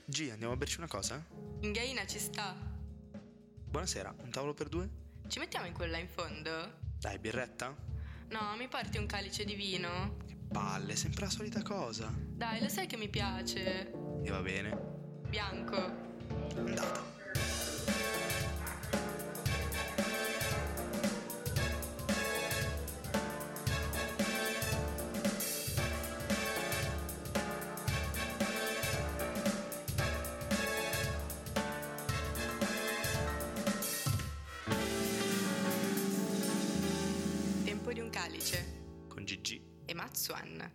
G, andiamo a berci una cosa? In Gaina ci sta. Buonasera, un tavolo per due? Ci mettiamo in quella in fondo? Dai, birretta? No, mi porti un calice di vino? Che palle, sempre la solita cosa. Dai, lo sai che mi piace. E va bene. Bianco. Andata. Tempo di un calice. Con Gigi. E Matsuan.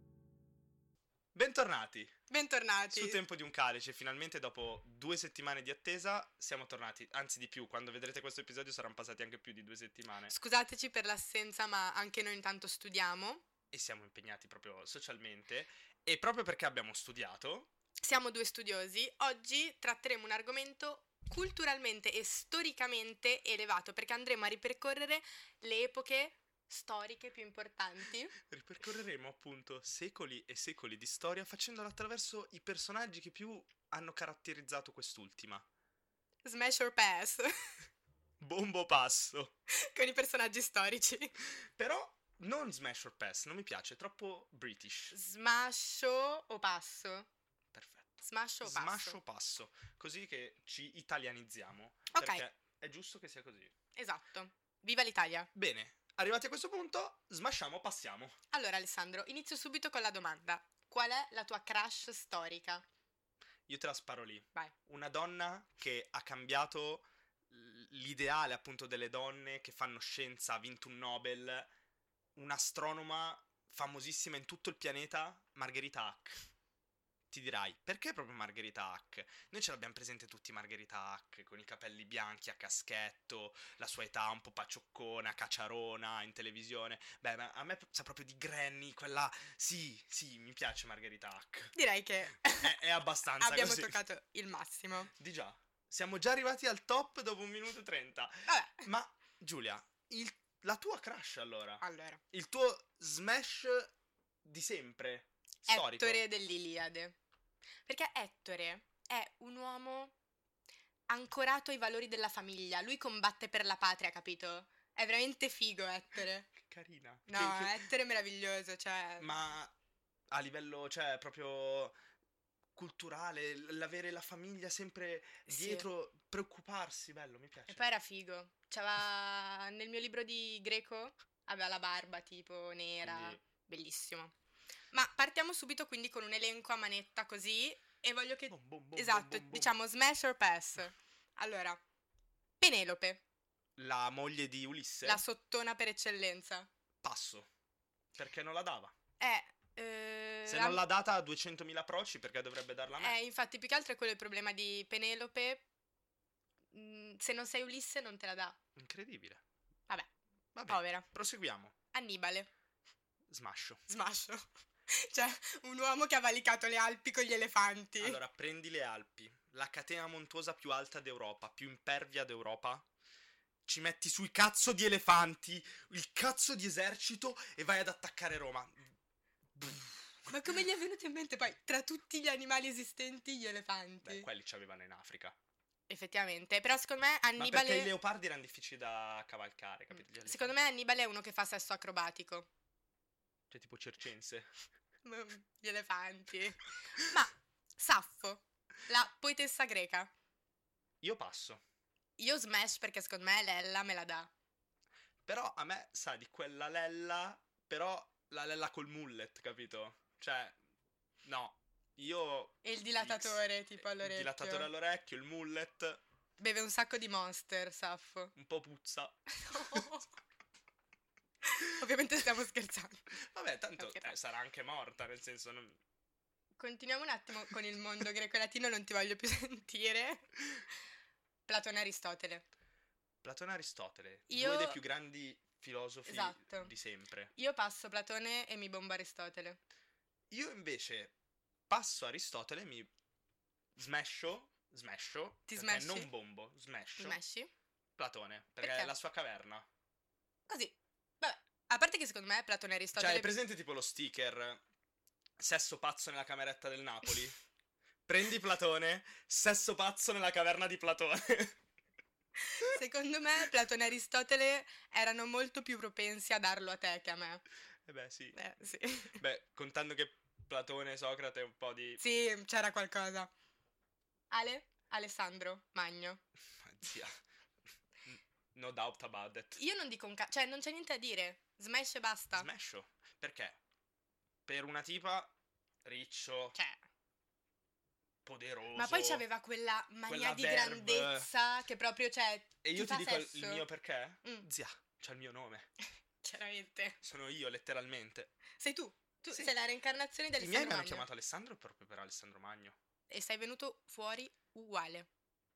Bentornati! Bentornati. Su Tempo di un calice, finalmente dopo 2 settimane di attesa siamo tornati, anzi di più, quando vedrete questo episodio saranno passati anche più di 2 settimane. Scusateci per l'assenza, ma anche noi intanto studiamo. E siamo impegnati proprio socialmente, e proprio perché abbiamo studiato, Siamo due studiosi. Oggi tratteremo un argomento culturalmente e storicamente elevato, perché andremo a ripercorrere le epoche storiche più importanti. ripercorreremo appunto secoli e secoli di storia facendolo attraverso i personaggi che più hanno caratterizzato quest'ultima. Smash or pass. Bombo passo. Con i personaggi storici. Però non smash or pass, non mi piace, è troppo British. Smasho o passo? Perfetto. Smash o passo? Smash o passo, così che ci italianizziamo. Ok. Perché è giusto che sia così. Esatto. Viva l'Italia. Bene, arrivati a questo punto, smashiamo, passiamo. Allora Alessandro, inizio subito con la domanda. Qual è la tua crush storica? Io te la sparo lì. Vai. Una donna che ha cambiato l'ideale appunto delle donne che fanno scienza, ha vinto un Nobel, un'astronoma famosissima in tutto il pianeta, Margherita Hack. Ti dirai, perché proprio Margherita Hack? Noi ce l'abbiamo presente tutti Margherita Hack, con i capelli bianchi a caschetto, la sua età un po' paccioccona, cacciarona in televisione. Beh, ma a me sa proprio di Granny, quella... Sì, mi piace Margherita Hack. Direi che È abbastanza abbiamo così. toccato il massimo. Di già. Siamo già arrivati al top dopo 1 minuto e 30. Vabbè. Ma, Giulia, la tua crush allora? Allora, Il tuo smash di sempre? Storico? Ettore dell'Iliade. Perché Ettore è un uomo ancorato ai valori della famiglia. Lui combatte per la patria, capito? È veramente figo Ettore. Che carina. No, Ettore è meraviglioso, cioè... Ma a livello, cioè, proprio culturale, l'avere la famiglia sempre Sì. dietro, preoccuparsi, bello, mi piace. E poi era figo. C'aveva nel mio libro di greco aveva la barba tipo nera, Quindi- bellissimo. Ma partiamo subito quindi con un elenco a manetta così e voglio che Bom, bom, bom, esatto, bom, bom, bom. diciamo smash or pass. Allora, Penelope, La moglie di Ulisse? la sottona per eccellenza. Passo. Perché non la dava? Se La- non l'ha data a 200.000 proci, perché dovrebbe darla a me? infatti più che altro è quello il problema di Penelope. Se non sei Ulisse non te la dà. Incredibile. Vabbè, Vabbè, povera. proseguiamo. Annibale. Smasho. Smasho. Cioè, un uomo che ha valicato le Alpi con gli elefanti. Allora, prendi le Alpi, la catena montuosa più alta d'Europa, più impervia d'Europa. Ci metti sui cazzo di elefanti, il cazzo di esercito e vai ad attaccare Roma. Ma come gli è venuto in mente poi, tra tutti gli animali esistenti, gli elefanti? Beh, quelli ci avevano in Africa. Effettivamente, però secondo me Ma perché i Annibale... leopardi erano difficili da cavalcare, capito? Gli elefanti. Secondo me Annibale è uno che fa sesso acrobatico. Cioè, tipo circense. Gli elefanti. Ma, Saffo, la poetessa greca. Io passo. Io smash perché secondo me Lella me la dà. Però a me sa di quella lella, però la lella col mullet, capito? Cioè, no, io... E il dilatatore, tipo, all'orecchio. Il dilatatore all'orecchio, il mullet, Beve un sacco di Monster, Saffo. un po' puzza. Ovviamente stiamo scherzando. Vabbè, tanto Ok. sarà anche morta, nel senso... Continuiamo un attimo con il mondo greco-latino, non ti voglio più sentire. Platone e Aristotele. Platone e Aristotele, Io- due dei più grandi filosofi Esatto. di sempre. Io passo Platone e mi bombo Aristotele. Io invece passo Aristotele, mi smasho, Ti perché smashi? non bombo, smasho, Smashi? Platone, perché Perché? è la sua caverna. Così. Vabbè, a parte che secondo me Platone e Aristotele... Cioè, è presente tipo lo sticker sesso pazzo nella cameretta del Napoli? Prendi Platone, sesso pazzo nella caverna di Platone. Secondo me Platone e Aristotele erano molto più propensi a darlo a te che a me. Beh, sì. Sì. Beh, contando che Platone e Socrate un po' di... Sì, c'era qualcosa. Alessandro Magno. Zia. No doubt about it. Io non dico cioè non c'è niente da dire. Smash e basta. Smasho. Perché? Per una tipa riccio, Cioè, poderoso. ma poi c'aveva quella mania quella di verve. grandezza che proprio, cioè, E io ti fa dico sesso. il mio perché? Mm. Zia, c'ha il mio nome. Chiaramente. Sono io, letteralmente. Sei tu. Tu Sì. sei la reincarnazione di I miei Alessandro mi hanno Magno. chiamato Alessandro proprio per Alessandro Magno. E sei venuto fuori uguale.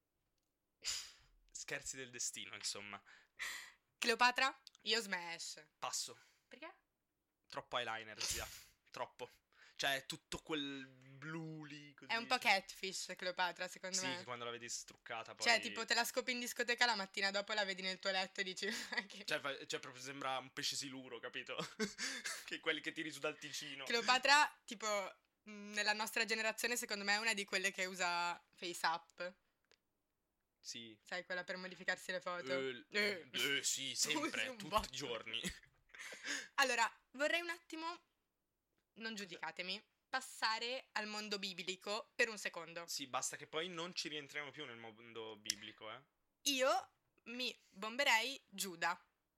Scherzi del destino, insomma. Cleopatra? Io Smash. Passo. Perché? Troppo eyeliner, zia. Troppo. Cioè, tutto quel blu lì, così. È un po' catfish Cleopatra, secondo Sì, me. che quando la vedi struccata poi... Cioè, tipo, te la scopi in discoteca, la mattina dopo la vedi nel tuo letto e dici... Cioè, proprio sembra un pesce siluro, capito? Che quelli che tiri su dal Ticino. Cleopatra, tipo, nella nostra generazione, secondo me è una di quelle che usa FaceApp. Sì. Sai, quella per modificarsi le foto. Sì, sempre, Usi un tutti botto. i giorni. Allora, vorrei un attimo, non giudicatemi, passare al mondo biblico per un secondo. Sì, basta che poi non ci rientriamo più nel mondo biblico, eh. Io mi bomberei Giuda.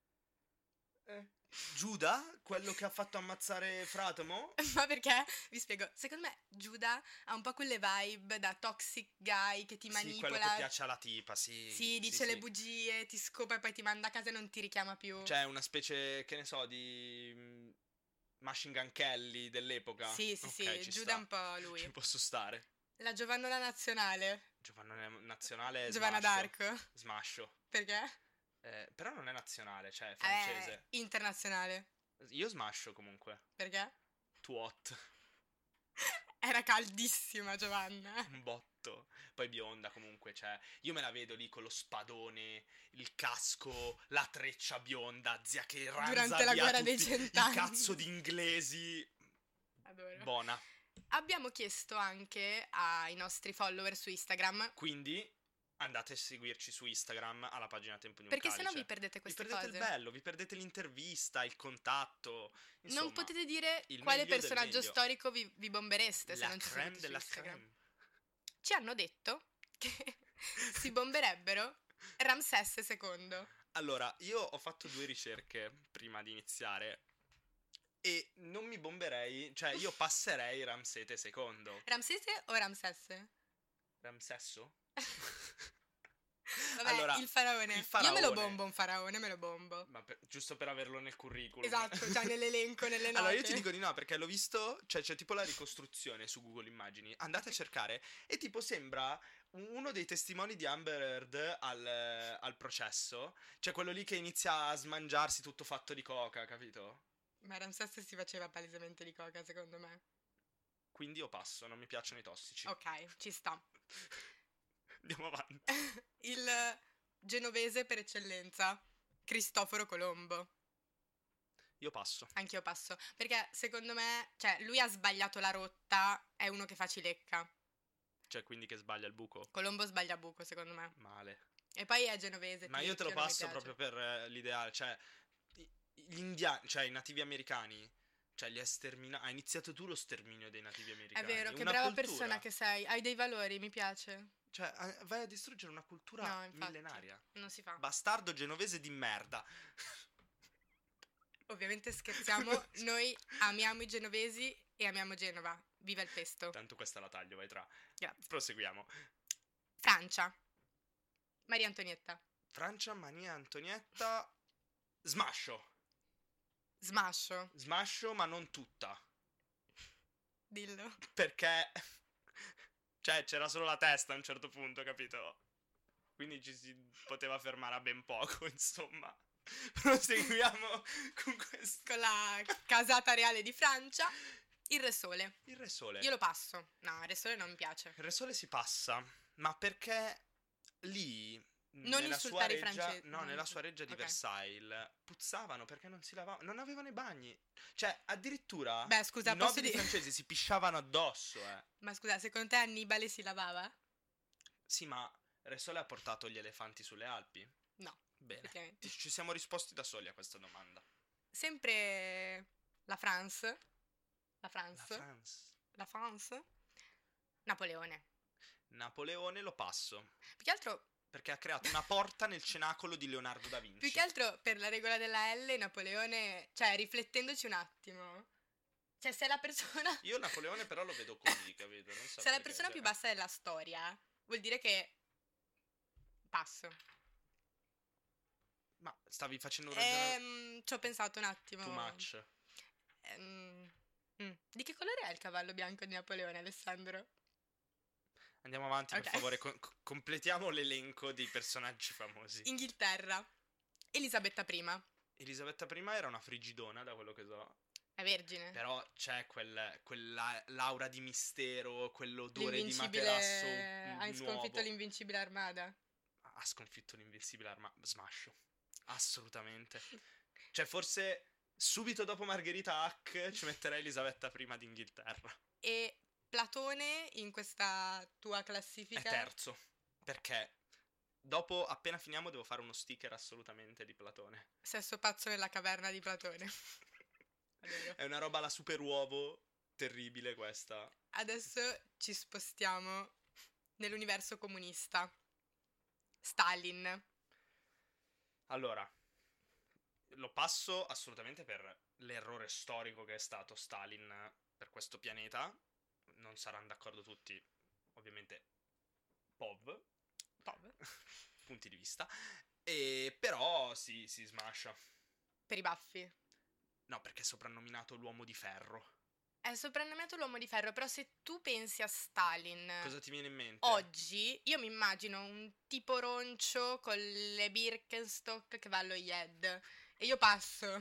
Giuda? Quello che ha fatto ammazzare Fratomo? Ma perché? Vi spiego. Secondo me Giuda ha un po' quelle vibe da toxic guy che ti Sì, manipola. quello che piace alla tipa, sì. Sì, dice le bugie, ti scopa e poi ti manda a casa e non ti richiama più. Cioè, una specie, che ne so, di Machine Gun Kelly dell'epoca. Sì, Ok, sì, ci Giuda è sta. un po' lui. Ci posso stare. La Giovanna Nazionale. Giovanna Nazionale Giovanna smasho. d'Arco. Smasho. Perché? Però non è nazionale, cioè è francese. Internazionale. Io smasho comunque. Perché? Tuot. Era caldissima Giovanna. Un botto. Poi bionda comunque, cioè, io me la vedo lì con lo spadone, il casco, la treccia bionda, zia che ranza Durante la via guerra dei tutti 100 i cazzo di inglesi. Adoro. Buona. Abbiamo chiesto anche ai nostri follower su Instagram. Quindi andate a seguirci su Instagram alla pagina Tempo di un Perché Calice. sennò vi perdete queste Vi perdete cose. il bello, vi perdete l'intervista, il contatto. Insomma, non potete dire il quale meglio del personaggio meglio. storico vi bombereste se La non ci crème seguite su della Instagram. crème. Ci hanno detto che si bomberebbero Ramsès II. Allora, io ho fatto 2 ricerche prima di iniziare e non mi bomberei, cioè io passerei Ramsete II. Ramsese o Ramsès? Ramsesso? Vabbè, Allora, il faraone. il faraone. Io me lo bombo un faraone, me lo bombo. Ma giusto per averlo nel curriculum. Esatto, già nell'elenco, nelle note. Allora io ti dico di no perché l'ho visto, cioè c'è tipo la ricostruzione su Google Immagini, andate a cercare e tipo sembra uno dei testimoni di Amber Heard al processo, cioè quello lì che inizia a smangiarsi tutto fatto di coca, capito? Ma Ramsès si faceva palesemente di coca, secondo me. Quindi io passo, non mi piacciono i tossici. Ok, ci sta. Andiamo avanti. Il genovese per eccellenza, Cristoforo Colombo. Io passo. Anch'io passo. Perché secondo me, cioè, lui ha sbagliato la rotta, è uno che fa cilecca. Cioè quindi che sbaglia il buco? Colombo sbaglia buco, secondo me. Male. E poi è genovese. Ma io te lo tirchio, non mi passo piace. proprio per l'ideale, cioè gli indiani, cioè i nativi americani, cioè li hai sterminati, hai iniziato tu lo sterminio dei nativi È americani. vero, che Una brava cultura. persona che sei. Hai dei valori, mi piace. Cioè vai a distruggere una cultura No, infatti, millenaria. non si fa. Bastardo genovese di merda. Ovviamente scherziamo, noi amiamo i genovesi e amiamo Genova. Viva il pesto. Tanto questa la taglio, vai tra. Grazie. Proseguiamo. Francia. Maria Antonietta. Francia, Maria Antonietta. Smasho. Smasho. Smasho, ma non tutta. Dillo. Perché cioè c'era solo la testa a un certo punto, capito? Quindi ci si poteva fermare a ben poco, insomma. Proseguiamo con questo. Con la casata reale di Francia. Il Re Sole. Il Re Sole. Io lo passo. No, il Re Sole non mi piace. Il Re Sole si passa, ma perché lì Non nella sua insultare i reggia, francesi. no, nella sua reggia di Ok. Versailles puzzavano perché non si lavavano, non avevano i bagni. Cioè, addirittura Beh, scusa, i posso nobili dire... francesi si pisciavano addosso, eh. Ma scusa, secondo te Annibale si lavava? Sì, ma Re Sole ha portato gli elefanti sulle Alpi? No, Bene, effettivamente. ci siamo risposti da soli a questa domanda. Sempre la France. La La France. France. La France. Napoleone. Napoleone lo passo, Più che altro, perché ha creato una porta nel cenacolo di Leonardo da Vinci. più che altro per la regola della L, Napoleone, cioè riflettendoci un attimo, cioè se è la persona, Io Napoleone però lo vedo così, capito? Non so se è la perché, persona cioè, più bassa della storia, vuol dire che passo. Ma stavi facendo un ragionamento Ci ho pensato un attimo. too much. Di che colore è il cavallo bianco di Napoleone, Alessandro? Andiamo avanti, per Ok. favore, completiamo l'elenco dei personaggi famosi. Inghilterra. Elisabetta I. Elisabetta I era una frigidona, da quello che so. È vergine. Però c'è quella l'aura di mistero, quell'odore di materasso Hai sconfitto nuovo. l'invincibile armada. Ha sconfitto l'invincibile smasho. Assolutamente. Cioè, forse subito dopo Margherita Hack ci metterei Elisabetta I d'Inghilterra. E Platone in questa tua È classifica? terzo. Perché dopo, appena finiamo, devo fare uno sticker assolutamente di Platone. Sesso pazzo nella caverna di Platone. Adoro. È una roba alla super uovo. Terribile questa. Adesso ci spostiamo nell'universo comunista. Stalin. Allora, lo passo assolutamente per l'errore storico che è stato Stalin per questo pianeta. Non saranno d'accordo tutti, ovviamente. POV. Punti di vista. E però si smasha. Per i baffi. No, perché è soprannominato l'uomo di ferro. È soprannominato l'uomo di ferro, però se tu pensi a Stalin Cosa ti viene in mente? oggi, io mi immagino un tipo roncio con le Birkenstock che va allo Yed. E io passo.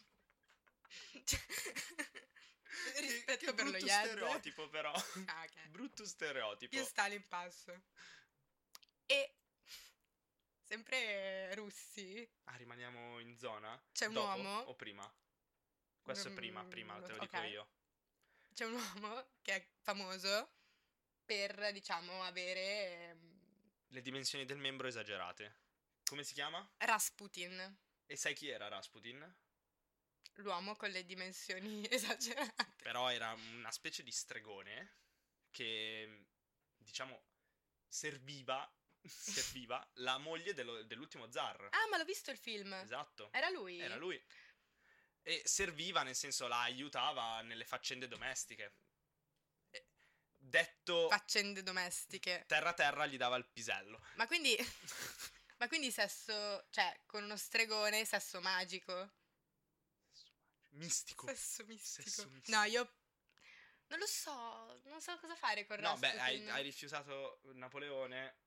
Rispetto che per lo brutto Yed. stereotipo, però. Ah, ok. Brutto stereotipo. Io Stalin passo. E sempre russi. Ah, rimaniamo in zona? C'è un Dopo uomo. o prima? Questo è prima, te lo dico ok. io. C'è un uomo che è famoso per, diciamo, avere Le dimensioni del membro esagerate. Come si chiama? Rasputin, E sai chi era Rasputin? l'uomo con le dimensioni esagerate. Però era una specie di stregone che, diciamo, serviva la moglie dell'ultimo zar. Ah, ma l'ho visto il film. Esatto. Era lui? Era lui. E serviva, nel senso, la aiutava nelle faccende domestiche. E, detto Faccende domestiche. terra gli dava il pisello. Ma quindi sesso, cioè, con uno stregone, sesso magico. Mistico. Sesso mistico. Sesso mistico. No, io non lo so, non so cosa fare con No, beh, Rasputin. hai rifiutato Napoleone.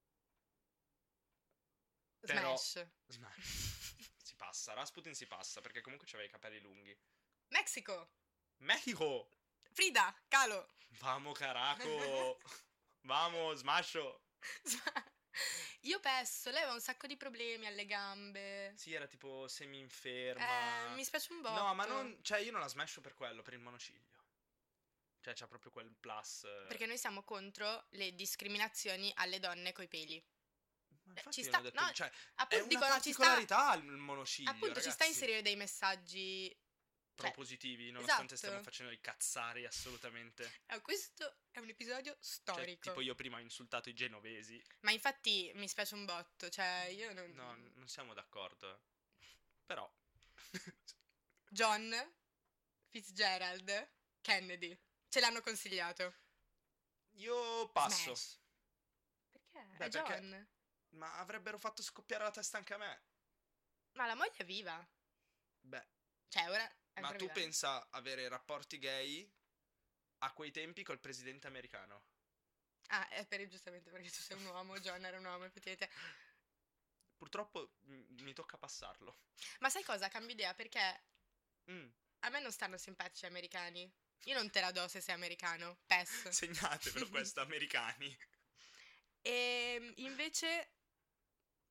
Però Smash. si passa, Rasputin si passa, perché comunque c'aveva i capelli lunghi. Mexico. Mexico! Frida Kahlo. Vamo caraco! Vamo, smasho! Io penso, lei aveva un sacco di problemi alle gambe. Sì, era tipo semi-inferma. Mi spiace un botto. No, ma non... Cioè, io non la smasho per quello, per il monociglio. Cioè, c'ha proprio quel plus. Perché noi siamo contro le discriminazioni alle donne coi peli. Ma infatti ci io sta, l'ho detto, no, cioè, è appunto, una dico, no, ci sta, particolarità il monociglio, appunto, ci sta a inserire dei messaggi, cioè, propositivi, nonostante esatto. stiamo facendo i cazzari assolutamente. Questo è un episodio Cioè, storico. tipo io prima ho insultato i genovesi. Ma infatti mi spiace un botto, cioè io non... No, non siamo d'accordo. Però. John Fitzgerald Kennedy. Ce l'hanno consigliato. Io passo. Smash. Perché? Beh, È perché- John. Ma avrebbero fatto scoppiare la testa anche a me. Ma la moglie è viva. Beh, Cioè, ora è ma ancora tu viva. pensa avere rapporti gay a quei tempi col presidente americano? Ah, è giustamente perché tu sei un uomo, John era un uomo, effettivamente. Purtroppo mi tocca passarlo. Ma sai cosa? Cambio idea, perché Mm, a me non stanno simpatici gli americani. Io non te la do se sei americano. PES. Segnatevelo questo, americani. E invece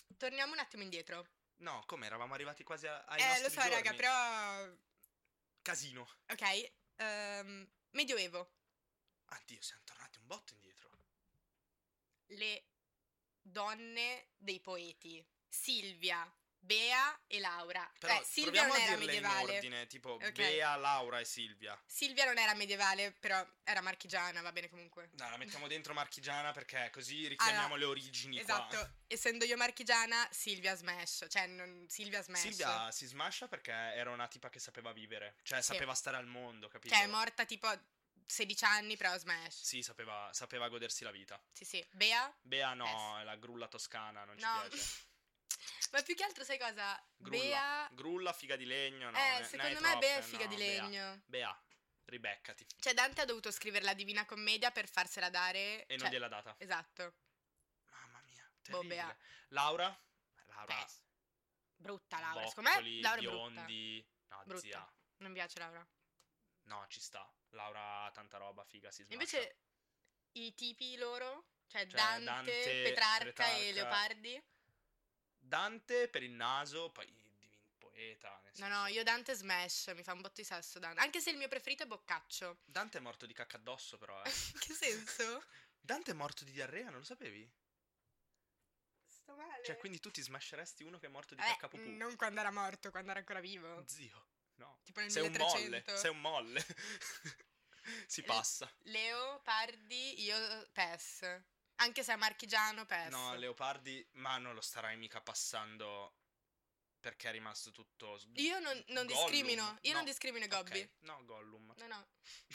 torniamo un attimo indietro. No, come? Eravamo arrivati quasi ai Lo nostri so, giorni. raga, però... Casino. Ok, Medioevo. Addio, siamo tornati un botto indietro. Le donne dei poeti. Silvia, Bea e Laura. Però Silvia proviamo non a era dirle medievale. in ordine, tipo Ok. Bea, Laura e Silvia. Silvia non era medievale, però era marchigiana, va bene comunque. No, la mettiamo dentro marchigiana perché così richiamiamo le origini esatto. qua. Essendo io marchigiana, Silvia smash. Cioè, Silvia smash. Silvia si smascia perché era una tipa che sapeva vivere. Cioè, Sì. sapeva stare al mondo, capito? Cioè, è morta tipo 16 anni, però smash. Sì, sapeva godersi la vita. Sì. Bea? Bea no, è la grulla toscana, non ci No. piace. Ma più che altro sai cosa? Grulla. Bea... Grulla, figa di legno, no. secondo me Bea è figa di legno. Bea, ribeccati. Cioè, Dante ha dovuto scrivere la Divina Commedia per farsela dare... E non gliel'ha data. Esatto. Mamma mia, terribile. Bea. Laura? Brutta Laura. Secondo me Boccoli, Laura è biondi. No, brutta. zia. Non mi piace Laura. No, ci sta. Laura ha tanta roba, figa, si smascia. Invece i tipi loro, cioè Dante, Petrarca e Leopardi. Dante per il naso, poi diventa poeta. Nel senso... No, io Dante smash, mi fa un botto di sesso Dante. Anche se il mio preferito è Boccaccio. Dante è morto di cacca addosso, però, Che senso? Dante è morto di diarrea, non lo sapevi? Sto male. Cioè, quindi tu ti smasceresti uno che è morto di cacca pupù? Non quando era morto, quando era ancora vivo. Zio, no. Tipo nel Sei 1300. Sei un molle. Si passa. Leopardi, io Pes. Anche se è marchigiano, Pes. No, Leopardi, ma non lo starai mica passando perché è rimasto tutto... Io non Gollum. discrimino. Io No. non discrimino i gobbi. Ok, no, Gollum. No.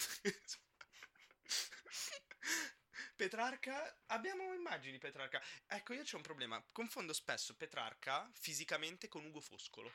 Petrarca, abbiamo immagini Petrarca. Ecco, io c'ho un problema. Confondo spesso Petrarca fisicamente con Ugo Foscolo.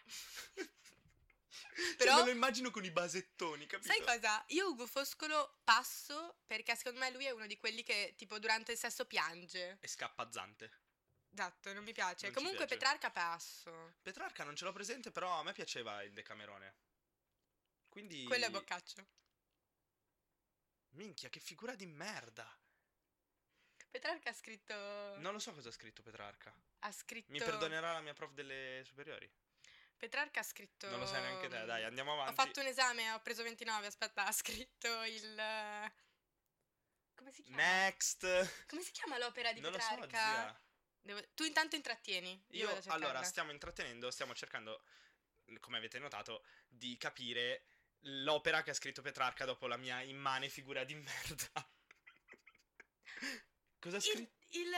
Però Cioè, me lo immagino con i basettoni, capito? sai cosa? Io Ugo Foscolo passo perché secondo me lui è uno di quelli che tipo durante il sesso piange. E scappazante. Esatto, non mi piace. Non ci Comunque piace. Petrarca passo. Petrarca non ce l'ho presente, però a me piaceva il Decamerone. Quindi... Quello è Boccaccio. Minchia, che figura di merda. Petrarca ha scritto... Non lo so cosa ha scritto Petrarca. Ha scritto... Mi perdonerà la mia prof delle superiori. Petrarca ha scritto... Non lo sai neanche te, dai, andiamo avanti. Ho fatto un esame, ho preso 29, aspetta, ha scritto il... Come si chiama? Next. Come si chiama l'opera di Non lo so, Petrarca? zia. Tu intanto intrattieni. Io vado a cercarla. Allora, stiamo intrattenendo, stiamo cercando, come avete notato, di capire l'opera che ha scritto Petrarca dopo la mia immane figura di merda. Cosa ha scritto?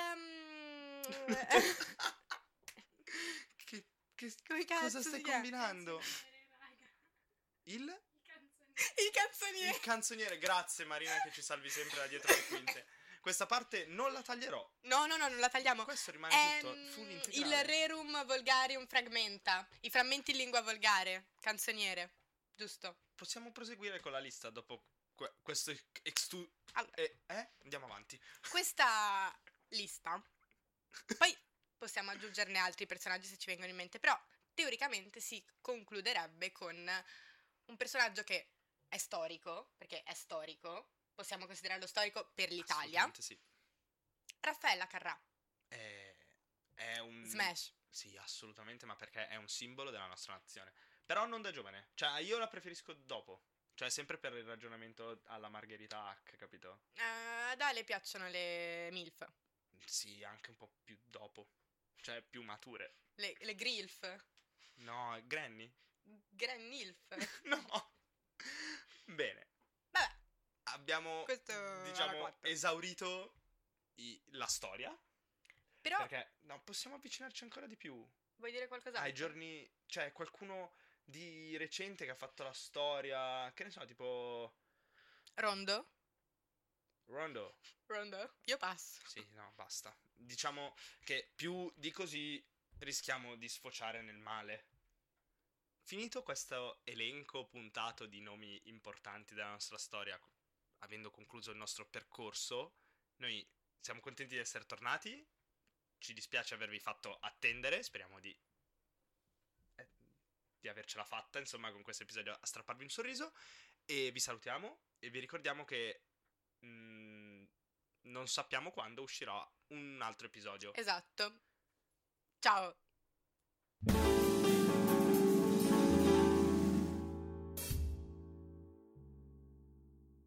Come cazzo Cosa si stai chiama? combinando? Il canzoniere. Il canzoniere, grazie Marina che ci salvi sempre da dietro le quinte. Questa parte non la taglierò. No, non la tagliamo. Questo rimane tutto full Il integrale. rerum volgarium fragmenta. I frammenti in lingua volgare. Canzoniere. Giusto. Possiamo proseguire con la lista dopo questo Allora. Andiamo avanti. Questa lista. Poi possiamo aggiungerne altri personaggi se ci vengono in mente. Però teoricamente si concluderebbe con un personaggio che è storico. Perché è storico. Possiamo considerarlo storico per l'Italia. Assolutamente sì. Raffaella Carrà. È un... Smash. Sì, assolutamente, ma perché è un simbolo della nostra nazione. Però non da giovane. Cioè, io la preferisco dopo. Cioè, sempre per il ragionamento alla Margherita Hack, capito? Ad Ale piacciono le MILF. Sì, anche un po' più dopo. Cioè, più mature. Le GRILF. No, Granny? Granilf. No. Bene. Vabbè. Abbiamo, Questo alla diciamo, 4. esaurito la storia. Però Perché, no, possiamo avvicinarci ancora di più. vuoi dire qualcos'altro? Ai giorni... Cioè, qualcuno di recente che ha fatto la storia... Che ne so, tipo... Rondo? Rondo. Io passo. Sì, no, basta. Diciamo che più di così rischiamo di sfociare nel male. Finito questo elenco puntato di nomi importanti della nostra storia, avendo concluso il nostro percorso, noi siamo contenti di essere tornati. Ci dispiace avervi fatto attendere, speriamo di avercela fatta, insomma, con questo episodio a strapparvi un sorriso. E vi salutiamo e vi ricordiamo che non sappiamo quando uscirà un altro episodio. Esatto. Ciao!